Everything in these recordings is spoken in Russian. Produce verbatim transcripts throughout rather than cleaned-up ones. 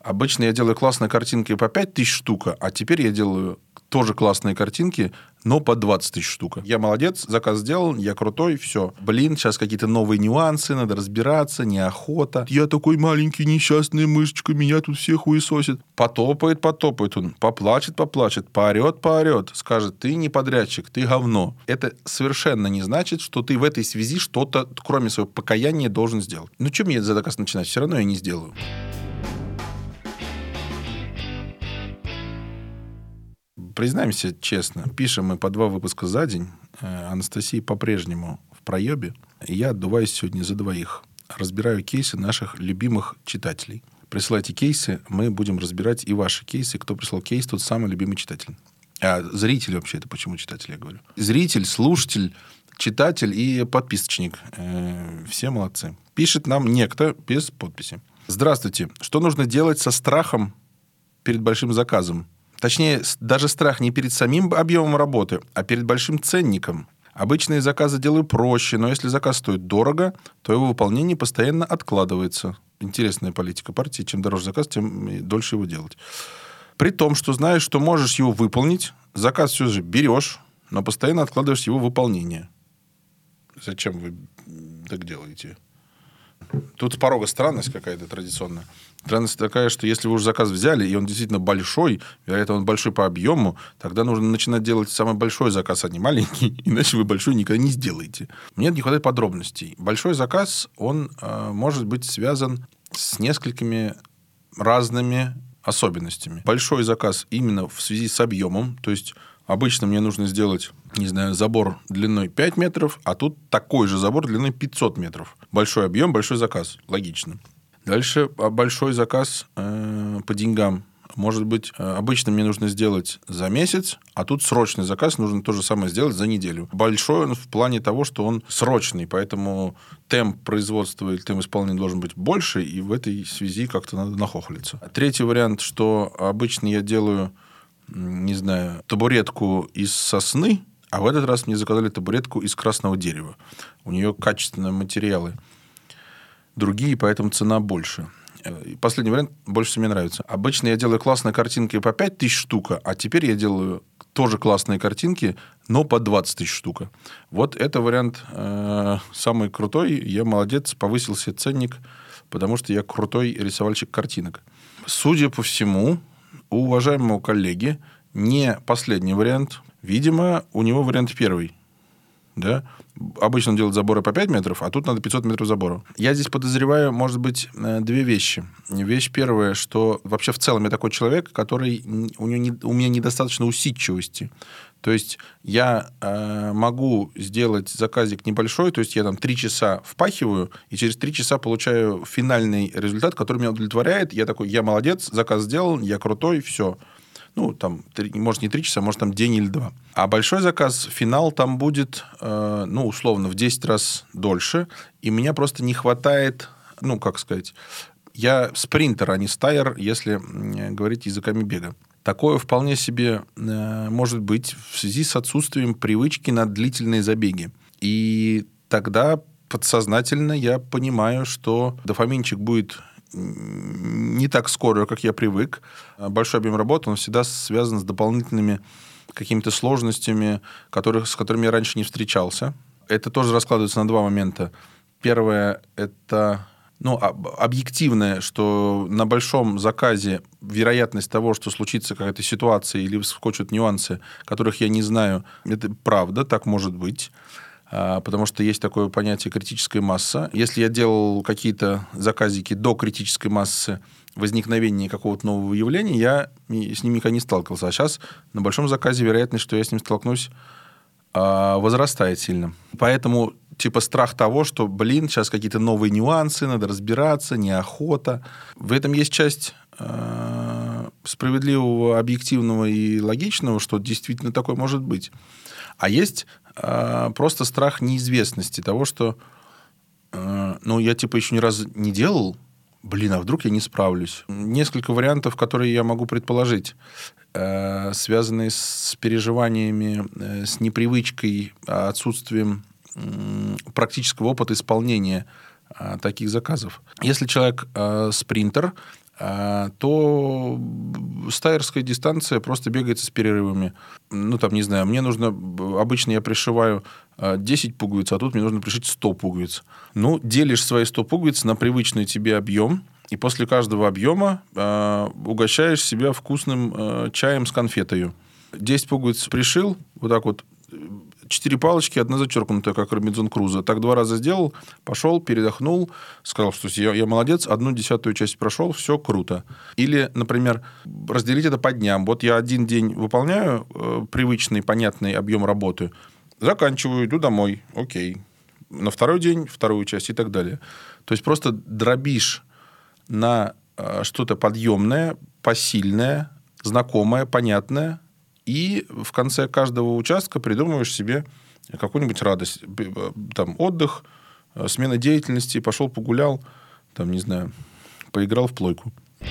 Обычно я делаю классные картинки по пять тысяч штук, а теперь я делаю тоже классные картинки, но по двадцать тысяч штук. Я молодец, заказ сделал, я крутой, все. Блин, сейчас какие-то новые нюансы, надо разбираться, неохота. Я такой маленький, несчастная мышечка, меня тут всех хуесосит. Потопает, потопает он, поплачет, поплачет, поорет, поорет. Скажет, ты не подрядчик, ты говно. Это совершенно не значит, что ты в этой связи что-то, кроме своего покаяния, должен сделать. Ну, что мне за заказ начинать? Все равно я не сделаю. Признаемся честно, пишем мы по два выпуска за день. Анастасия по-прежнему в проебе. Я отдуваюсь сегодня за двоих. Разбираю кейсы наших любимых читателей. Присылайте кейсы, мы будем разбирать и ваши кейсы. Кто прислал кейс, тот самый любимый читатель. А зритель вообще, это почему читатель, я говорю. Зритель, слушатель, читатель и подписочник. Все молодцы. Пишет нам некто без подписи. Здравствуйте. Что нужно делать со страхом перед большим заказом? Точнее, даже страх не перед самим объемом работы, а перед большим ценником. Обычные заказы делаю проще, но если заказ стоит дорого, то его выполнение постоянно откладывается. Интересная политика партии. Чем дороже заказ, тем дольше его делать. При том, что знаешь, что можешь его выполнить, заказ все же берешь, но постоянно откладываешь его выполнение. Зачем вы так делаете? Тут с порога странность какая-то традиционная. Странность такая, что если вы уже заказ взяли, и он действительно большой, вероятно, он большой по объему, тогда нужно начинать делать самый большой заказ, а не маленький, иначе вы большой никогда не сделаете. Мне не хватает подробностей. Большой заказ, он э, может быть связан с несколькими разными особенностями. Большой заказ именно в связи с объемом, то есть обычно мне нужно сделать, не знаю, забор длиной пять метров, а тут такой же забор длиной пятьсот метров. Большой объем, большой заказ. Логично. Дальше большой заказ э, по деньгам. Может быть, обычно мне нужно сделать за месяц, а тут срочный заказ, нужно то же самое сделать за неделю. Большой он в плане того, что он срочный, поэтому темп производства или темп исполнения должен быть больше, и в этой связи как-то надо нахохлиться. Третий вариант, что обычно я делаю, не знаю, табуретку из сосны, а в этот раз мне заказали табуретку из красного дерева. У нее качественные материалы другие, поэтому цена больше. И последний вариант больше всего мне нравится. Обычно я делаю классные картинки по пять тысяч штук, а теперь я делаю тоже классные картинки, но по двадцать тысяч штук. Вот это вариант э, самый крутой. Я молодец, повысил себе ценник, потому что я крутой рисовальщик картинок. Судя по всему, у уважаемого коллеги не последний вариант. Видимо, у него вариант первый. Да? Обычно он делает заборы по пять метров, а тут надо пятьсот метров забора. Я здесь подозреваю, может быть, две вещи. Вещь первая, что вообще в целом я такой человек, который у, него не, у меня недостаточно усидчивости. То есть я э, могу сделать заказик небольшой, то есть я там три часа впахиваю, и через три часа получаю финальный результат, который меня удовлетворяет. Я такой, я молодец, заказ сделал, я крутой, все. Ну, там, может, не три часа, может, там день или два. А большой заказ, финал там будет, э, ну, условно, в десять раз дольше. И меня просто не хватает, ну, как сказать, я спринтер, а не стайер, если говорить языками бега. Такое вполне себе э, может быть в связи с отсутствием привычки на длительные забеги. И тогда подсознательно я понимаю, что дофаминчик будет не так скоро, как я привык. Большой объем работы, он всегда связан с дополнительными какими-то сложностями, которых, с которыми я раньше не встречался. Это тоже раскладывается на два момента. Первое – это ну, объективное, что на большом заказе вероятность того, что случится какая-то ситуация или вскочат нюансы, которых я не знаю, это правда, так может быть. Потому что есть такое понятие критическая масса. Если я делал какие-то заказики до критической массы возникновения какого-то нового явления, я с ним никогда не сталкивался. А сейчас на большом заказе вероятность, что я с ним столкнусь, возрастает сильно. Поэтому типа страх того, что, блин, сейчас какие-то новые нюансы, надо разбираться, неохота. В этом есть часть э, справедливого, объективного и логичного, что действительно такое может быть. А есть э, просто страх неизвестности, того, что э, ну, я типа еще ни разу не делал, блин, а вдруг я не справлюсь. Несколько вариантов, которые я могу предположить, э, связанные с переживаниями, э, с непривычкой, отсутствием э, практического опыта исполнения э, таких заказов. Если человек э, спринтер, то стайерская дистанция просто бегается с перерывами. Ну, там, не знаю, мне нужно... Обычно я пришиваю десять пуговиц, а тут мне нужно пришить сто пуговиц. Ну, делишь свои сто пуговиц на привычный тебе объем, и после каждого объема э, угощаешь себя вкусным э, чаем с конфетой. десять пуговиц пришил, вот так вот, четыре палочки, одна зачеркнутая, как Робинзон Крузо. Так два раза сделал, пошел, передохнул, сказал, что я, я молодец, одну десятую часть прошел, все круто. Или, например, разделить это по дням. Вот я один день выполняю э, привычный, понятный объем работы, заканчиваю, иду домой, окей. На второй день вторую часть и так далее. То есть просто дробишь на э, что-то подъемное, посильное, знакомое, понятное, и в конце каждого участка придумываешь себе какую-нибудь радость. Там отдых, смена деятельности, пошел погулял, там, не знаю, поиграл в плойку.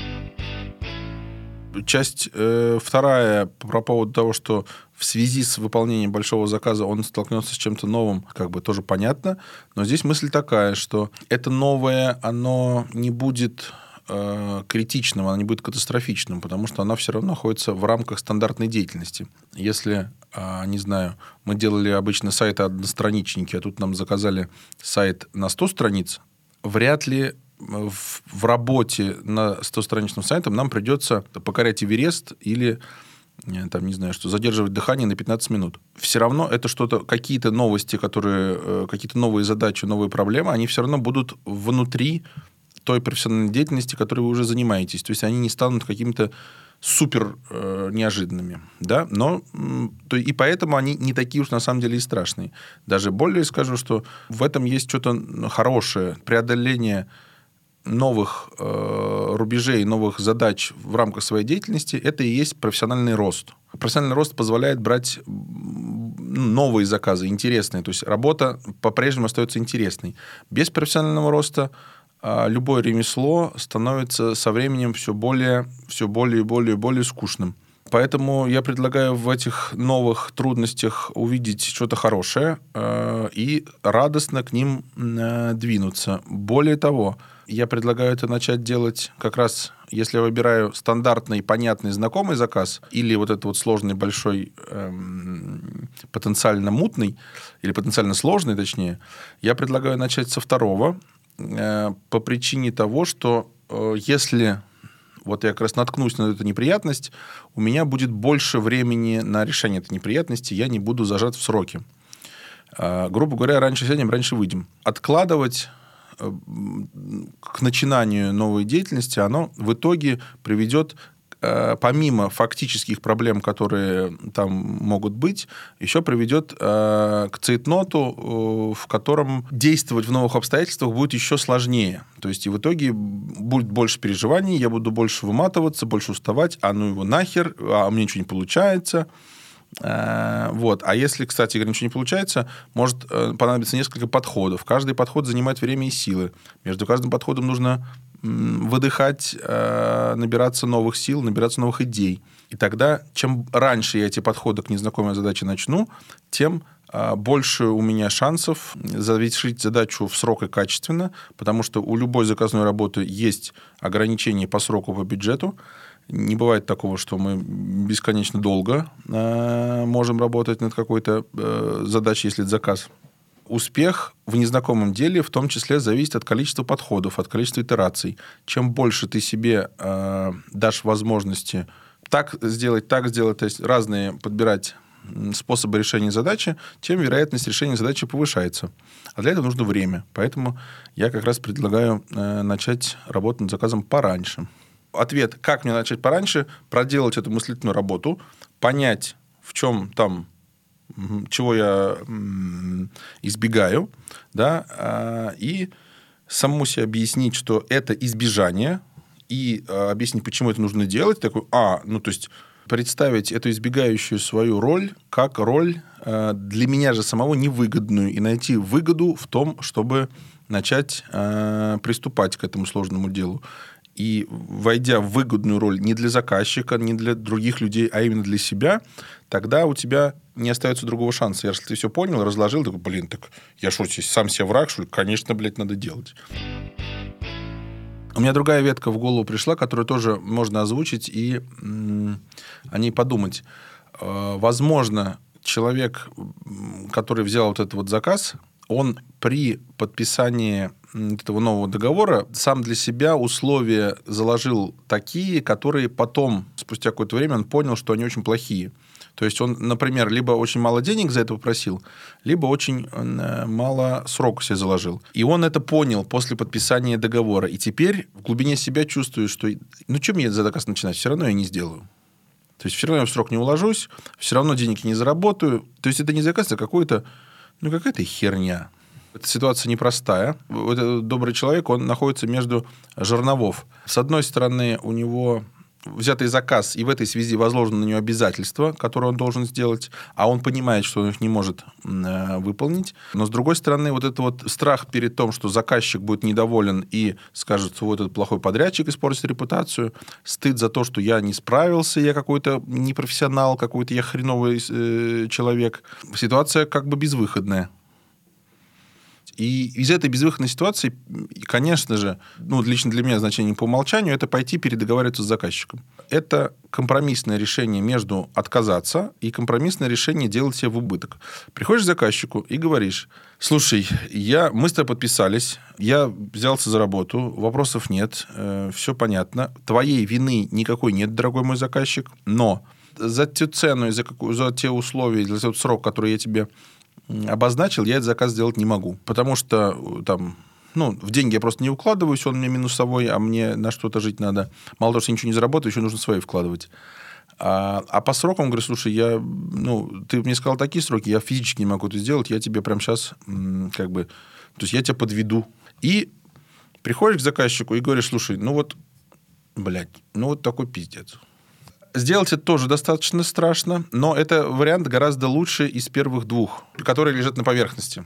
Часть э, вторая про поводу того, что в связи с выполнением большого заказа он столкнется с чем-то новым, как бы тоже понятно. Но здесь мысль такая, что это новое, оно не будет э, критичным, оно не будет катастрофичным, потому что оно все равно находится в рамках стандартной деятельности. Если, э, не знаю, мы делали обычно сайты одностраничники, а тут нам заказали сайт на сто страниц, вряд ли В, в работе на стостраничным сайтом нам придется покорять Эверест или, там, не знаю, что, задерживать дыхание на пятнадцать минут. Все равно это что-то, какие-то новости, которые, какие-то новые задачи, новые проблемы, они все равно будут внутри той профессиональной деятельности, которой вы уже занимаетесь. То есть они не станут какими-то супер э, неожиданными. Да? Но, то, и поэтому они не такие уж на самом деле и страшные. Даже более скажу, что в этом есть что-то хорошее. Преодоление новых э, рубежей, новых задач в рамках своей деятельности, это и есть профессиональный рост. Профессиональный рост позволяет брать новые заказы, интересные. То есть работа по-прежнему остается интересной. Без профессионального роста э, любое ремесло становится со временем все более, все более и более и более скучным. Поэтому я предлагаю в этих новых трудностях увидеть что-то хорошее э, и радостно к ним э, двинуться. Более того, я предлагаю это начать делать как раз, если я выбираю стандартный, понятный, знакомый заказ или вот этот вот сложный, большой, эм, потенциально мутный, или потенциально сложный, точнее, я предлагаю начать со второго э, по причине того, что э, если... Вот я как раз наткнусь на эту неприятность, у меня будет больше времени на решение этой неприятности, я не буду зажат в сроки. А, грубо говоря, раньше сядем, раньше выйдем. Откладывать к начинанию новой деятельности, оно в итоге приведет, помимо фактических проблем, которые там могут быть, еще приведет к цейтноту, в котором действовать в новых обстоятельствах будет еще сложнее. То есть и в итоге будет больше переживаний, я буду больше выматываться, больше уставать, а ну его нахер, а у меня ничего не получается. Вот. А если, кстати, ничего не получается, может понадобиться несколько подходов. Каждый подход занимает время и силы. Между каждым подходом нужно выдыхать, набираться новых сил, набираться новых идей. И тогда, чем раньше я эти подходы к незнакомой задаче начну, тем больше у меня шансов завершить задачу в срок и качественно, потому что у любой заказной работы есть ограничения по сроку, по бюджету. Не бывает такого, что мы бесконечно долго э, можем работать над какой-то э, задачей, если это заказ. Успех в незнакомом деле в том числе зависит от количества подходов, от количества итераций. Чем больше ты себе э, дашь возможности так сделать, так сделать, то есть разные подбирать способы решения задачи, тем вероятность решения задачи повышается. А для этого нужно время. Поэтому я как раз предлагаю э, начать работать над заказом пораньше. Ответ, как мне начать пораньше, проделать эту мыслительную работу, понять, в чем там, чего я избегаю, да, и самому себе объяснить, что это избежание, и объяснить, почему это нужно делать. Такой, а, ну, то есть представить эту избегающую свою роль как роль для меня же самого невыгодную и найти выгоду в том, чтобы начать приступать к этому сложному делу. И войдя в выгодную роль не для заказчика, не для других людей, а именно для себя, тогда у тебя не остается другого шанса. Если ты все понял, разложил, такой, блин, так я что, сам себе враг, что ли? Конечно, блядь, надо делать. У меня другая ветка в голову пришла, которую тоже можно озвучить и м- о ней подумать. Э- возможно, человек, который взял вот этот вот заказ, он при подписании этого нового договора сам для себя условия заложил такие, которые потом, спустя какое-то время, он понял, что они очень плохие. То есть он, например, либо очень мало денег за это попросил, либо очень мало срока себе заложил. И он это понял после подписания договора. И теперь в глубине себя чувствует, что ну, что мне за заказ начинать? Все равно я не сделаю. То есть все равно я в срок не уложусь, все равно денег не заработаю. То есть это не заказ, а какой-то, ну, какая-то херня. Эта ситуация непростая. Вот этот добрый человек, он находится между жерновов. С одной стороны, у него взятый заказ, и в этой связи возложено на него обязательства, которые он должен сделать, а он понимает, что он их не может э, выполнить. Но, с другой стороны, вот этот вот страх перед тем, что заказчик будет недоволен и скажет, что вот этот плохой подрядчик испортит репутацию, стыд за то, что я не справился, я какой-то непрофессионал, какой-то я хреновый э, человек. Ситуация как бы безвыходная. И из этой безвыходной ситуации, конечно же, ну, лично для меня значение по умолчанию, это пойти передоговариваться с заказчиком. Это компромиссное решение между отказаться и компромиссное решение делать себе в убыток. Приходишь к заказчику и говоришь: слушай, я, мы с тобой подписались, я взялся за работу, вопросов нет, э, все понятно, твоей вины никакой нет, дорогой мой заказчик, но за ту цену, за, какую, за те условия, за тот срок, который я тебе обозначил, я этот заказ сделать не могу. Потому что там, ну, в деньги я просто не укладываюсь, он мне минусовой, а мне на что-то жить надо. Мало того, что я ничего не заработаю, еще нужно свои вкладывать. А, а по срокам, говорю, слушай, я, ну, ты мне сказал такие сроки, я физически не могу это сделать, я тебе прямо сейчас как бы... То есть я тебя подведу. И приходишь к заказчику и говоришь: слушай, ну вот, блядь, ну вот такой пиздец. Сделать это тоже достаточно страшно, но это вариант гораздо лучше из первых двух, которые лежат на поверхности.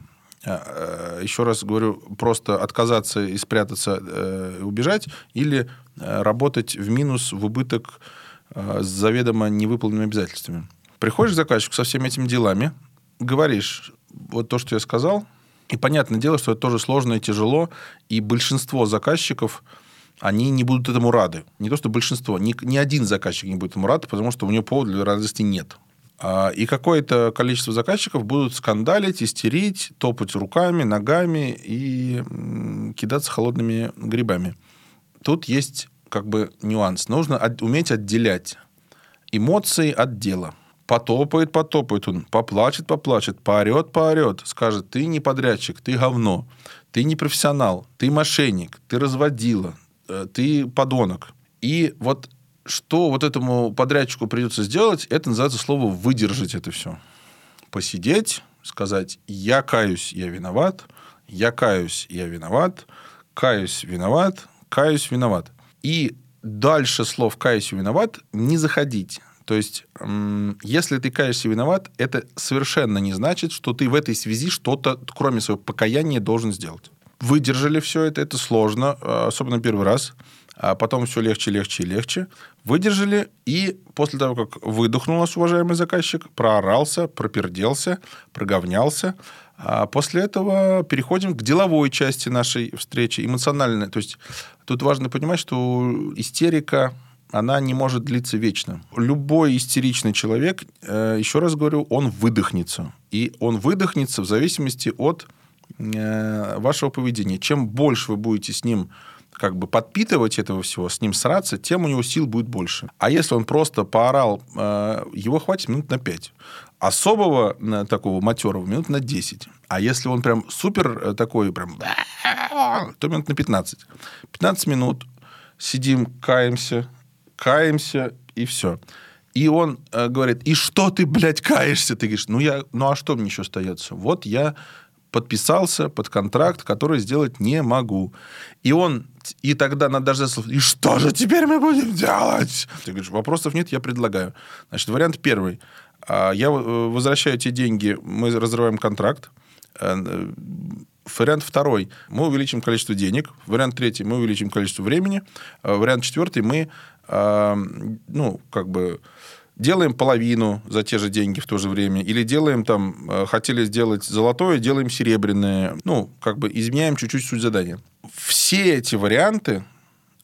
Еще раз говорю, просто отказаться и спрятаться, убежать, или работать в минус, в убыток с заведомо невыполненными обязательствами. Приходишь к заказчику со всеми этими делами, говоришь вот то, что я сказал, и понятное дело, что это тоже сложно и тяжело, и большинство заказчиков... они не будут этому рады. Не то, что большинство. Ни, ни один заказчик не будет этому рад, потому что у него повода для радости нет. И какое-то количество заказчиков будут скандалить, истерить, топать руками, ногами и кидаться холодными грибами. Тут есть как бы нюанс. Нужно от, уметь отделять эмоции от дела. Потопает, потопает он, поплачет, поплачет, поорет, поорет, скажет: ты не подрядчик, ты говно, ты не профессионал, ты мошенник, ты разводила, ты подонок. И вот что вот этому подрядчику придется сделать, это называется слово «выдержать» это все. Посидеть, сказать: я каюсь, я виноват, я каюсь, я виноват, каюсь, виноват, каюсь, виноват. И дальше слов «каюсь, виноват» не заходить. То есть, если ты каешься, виноват, это совершенно не значит, что ты в этой связи что-то, кроме своего покаяния, должен сделать. Выдержали все это, это сложно, особенно первый раз, а потом все легче, легче и легче. Выдержали, и после того, как выдохнул наш уважаемый заказчик, проорался, проперделся, проговнялся, а после этого переходим к деловой части нашей встречи, эмоциональной. То есть, тут важно понимать, что истерика... она не может длиться вечно. Любой истеричный человек, еще раз говорю, он выдохнется. И он выдохнется в зависимости от вашего поведения. Чем больше вы будете с ним как бы подпитывать этого всего, с ним сраться, тем у него сил будет больше. А если он просто поорал, его хватит минут на пять. Особого такого матерого минут на десять. А если он прям супер такой, прям, то минут на пятнадцать. пятнадцать минут сидим, каемся, каемся, и все. И он э, говорит: и что ты, блядь, каешься? Ты говоришь: ну, я, ну, а что мне еще остается? Вот я подписался под контракт, который сделать не могу. И он, и тогда надо даже слов: и что же теперь мы будем делать? Ты говоришь: вопросов нет, я предлагаю. Значит, вариант первый. Я возвращаю те деньги, мы разрываем контракт. Вариант второй. Мы увеличим количество денег. Вариант третий. Мы увеличим количество времени. Вариант четвертый. Мы, ну, как бы... делаем половину за те же деньги в то же время, или делаем там, хотели сделать золотое, делаем серебряное, ну, как бы изменяем чуть-чуть суть задания. Все эти варианты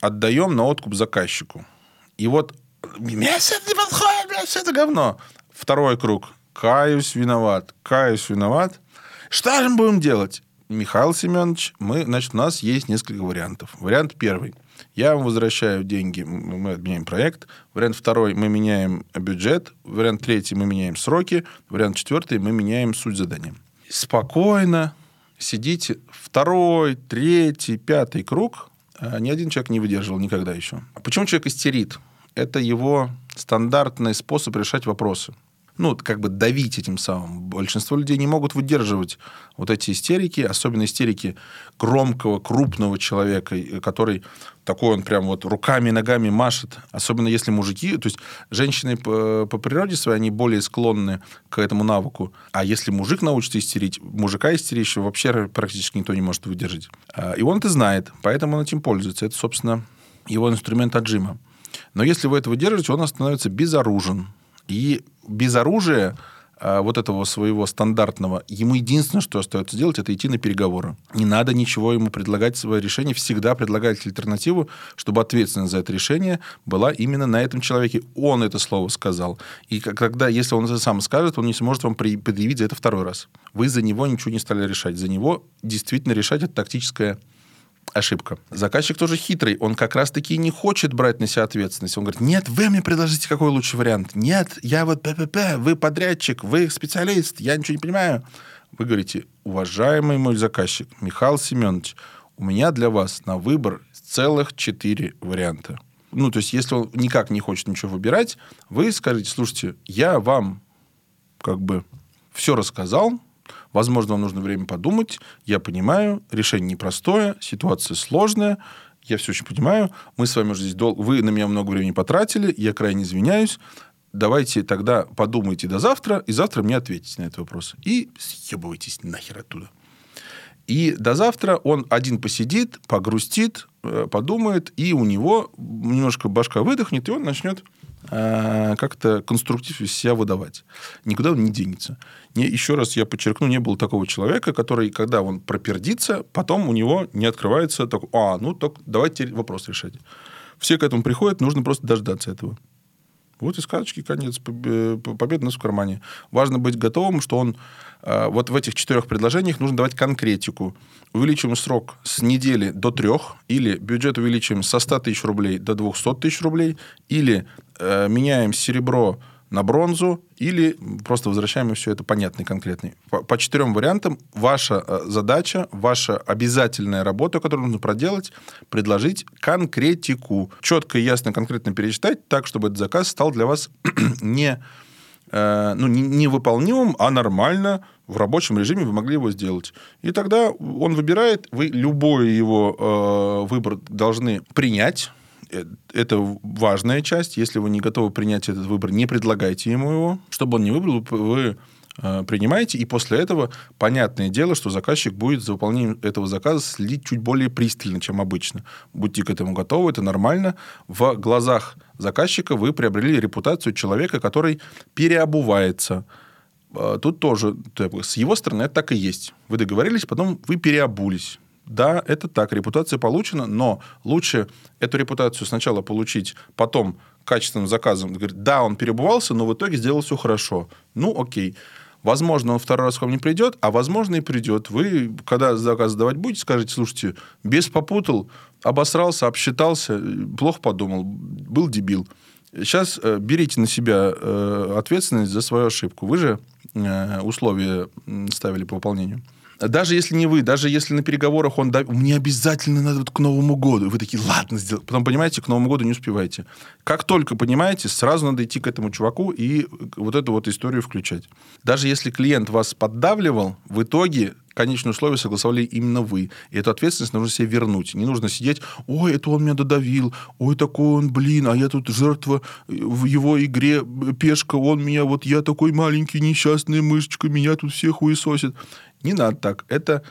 отдаем на откуп заказчику. И вот месяц не подходит, блядь, все это говно. Второй круг. Каюсь, виноват. Каюсь, виноват. Что же мы будем делать? Михаил Семенович, мы, значит, у нас есть несколько вариантов. Вариант первый. Я вам возвращаю деньги, мы отменяем проект. Вариант второй, мы меняем бюджет. Вариант третий, мы меняем сроки. Вариант четвертый, мы меняем суть задания. Спокойно сидите. Второй, третий, пятый круг. Ни один человек не выдерживал никогда еще. Почему человек истерит? Это его стандартный способ решать вопросы. Ну, как бы давить этим самым. Большинство людей не могут выдерживать вот эти истерики, особенно истерики громкого, крупного человека, который такой, он прям вот руками и ногами машет. Особенно если мужики, то есть женщины по, по природе своей, они более склонны к этому навыку. А если мужик научится истерить, мужика истерящего вообще практически никто не может выдержать. И он это знает, поэтому он этим пользуется. Это, собственно, его инструмент отжима. Но если вы этого держите, он становится безоружен. И без оружия вот этого своего стандартного, ему единственное, что остается делать, это идти на переговоры. Не надо ничего ему предлагать, свое решение. Всегда предлагайте альтернативу, чтобы ответственность за это решение была именно на этом человеке. Он это слово сказал. И когда, если он это сам скажет, он не сможет вам предъявить за это второй раз. Вы за него ничего не стали решать. За него действительно решать это тактическое ошибка. Заказчик тоже хитрый. Он как раз-таки не хочет брать на себя ответственность. Он говорит, нет, вы мне предложите, какой лучший вариант. Нет, я вот ППП, вы подрядчик, вы специалист, я ничего не понимаю. Вы говорите, уважаемый мой заказчик, Михаил Семенович, у меня для вас на выбор целых четыре варианта. Ну, то есть, если он никак не хочет ничего выбирать, вы скажете, слушайте, я вам как бы все рассказал, возможно, вам нужно время подумать. Я понимаю, решение непростое, ситуация сложная. Я все очень понимаю. Мы с вами уже здесь долго... Вы на меня много времени потратили. Я крайне извиняюсь. Давайте тогда подумайте до завтра, и завтра мне ответите на этот вопрос. И съебывайтесь нахер оттуда. И до завтра он один посидит, погрустит, подумает, и у него немножко башка выдохнет, и он начнет как-то конструктив из себя выдавать. Никуда он не денется. Не, еще раз я подчеркну, не было такого человека, который, когда он пропердится, потом у него не открывается такой, а, ну, так давайте вопрос решать. Все к этому приходят, нужно просто дождаться этого. Вот и сказочки конец. Победа у нас в кармане. Важно быть готовым, что он... Вот в этих четырех предложениях нужно давать конкретику. Увеличиваем срок с недели до трех, или бюджет увеличиваем со ста тысяч рублей до двухсот тысяч рублей, или э, меняем серебро на бронзу, или просто возвращаем все это понятный, конкретный. По, по четырем вариантам ваша задача, ваша обязательная работа, которую нужно проделать, предложить конкретику. Четко и ясно, конкретно перечитать, так, чтобы этот заказ стал для вас не, э, ну, не, невыполнимым, а нормально, в рабочем режиме вы могли его сделать. И тогда он выбирает, вы любой его э, выбор должны принять. Это важная часть. Если вы не готовы принять этот выбор, не предлагайте ему его. Чтобы он не выбрал, вы э, принимаете. И после этого, понятное дело, что заказчик будет за выполнением этого заказа следить чуть более пристально, чем обычно. Будьте к этому готовы, это нормально. В глазах заказчика вы приобрели репутацию человека, который переобувается. Тут тоже с его стороны это так и есть. Вы договорились, потом вы переобулись. Да, это так, репутация получена, но лучше эту репутацию сначала получить, потом качественным заказом. Говорит, да, он переобувался, но в итоге сделал все хорошо. Ну, окей. Возможно, он второй раз к вам не придет, а возможно, и придет. Вы, когда заказ сдавать будете, скажете, слушайте, без попутал, обосрался, обсчитался, плохо подумал, был дебил. Сейчас э, берите на себя э, ответственность за свою ошибку. Вы же э, условия ставили по выполнению. Даже если не вы, даже если на переговорах он... Да, мне обязательно надо вот к Новому году. Вы такие, ладно, сделай. Потом, понимаете, к Новому году не успеваете. Как только понимаете, сразу надо идти к этому чуваку и вот эту вот историю включать. Даже если клиент вас поддавливал, в итоге конечные условия согласовали именно вы. И эту ответственность нужно себе вернуть. Не нужно сидеть, ой, это он меня додавил, ой, такой он, блин, а я тут жертва в его игре, пешка, он меня, вот я такой маленький, несчастная мышечка, меня тут всех хуесосит. Не надо так. Это,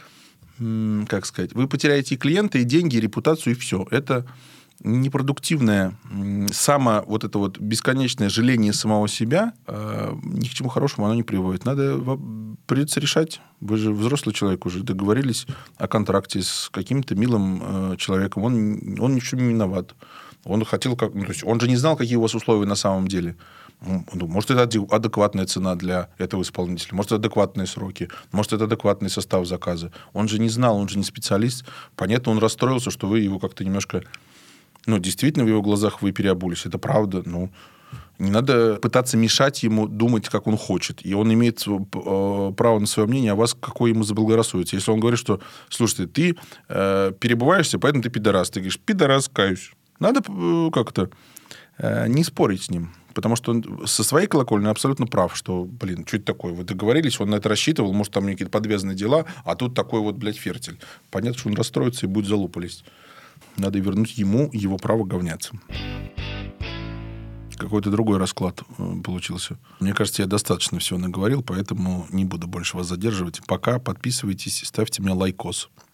как сказать, вы потеряете и клиента, и деньги, и репутацию, и все. Это непродуктивное, само вот это вот бесконечное жаление самого себя, ни к чему хорошему оно не приводит. Надо придется решать. Вы же взрослый человек уже, договорились о контракте с каким-то милым э, человеком. Он, он ничего не виноват. Он хотел, как, ну, то есть он же не знал, какие у вас условия на самом деле. Ну, может, это адекватная цена для этого исполнителя, может, это адекватные сроки, может, это адекватный состав заказа. Он же не знал, он же не специалист. Понятно, он расстроился, что вы его как-то немножко... Ну, действительно, в его глазах вы переобулись. Это правда. Ну, не надо пытаться мешать ему думать, как он хочет. И он имеет право на свое мнение о вас, какое ему заблагорассудится. Если он говорит, что, слушайте, ты э, перебываешься, поэтому ты пидорас. Ты говоришь, пидорас, каюсь. Надо э, как-то э, не спорить с ним. Потому что он со своей колокольни абсолютно прав, что, блин, что это такое? Вы договорились, он на это рассчитывал, может, там какие-то подвязанные дела, а тут такой вот, блядь, фертель. Понятно, что он расстроится и будет залупались. Надо вернуть ему его право говняться. Какой-то другой расклад получился. Мне кажется, я достаточно всего наговорил, поэтому не буду больше вас задерживать. Пока подписывайтесь и ставьте мне лайкос.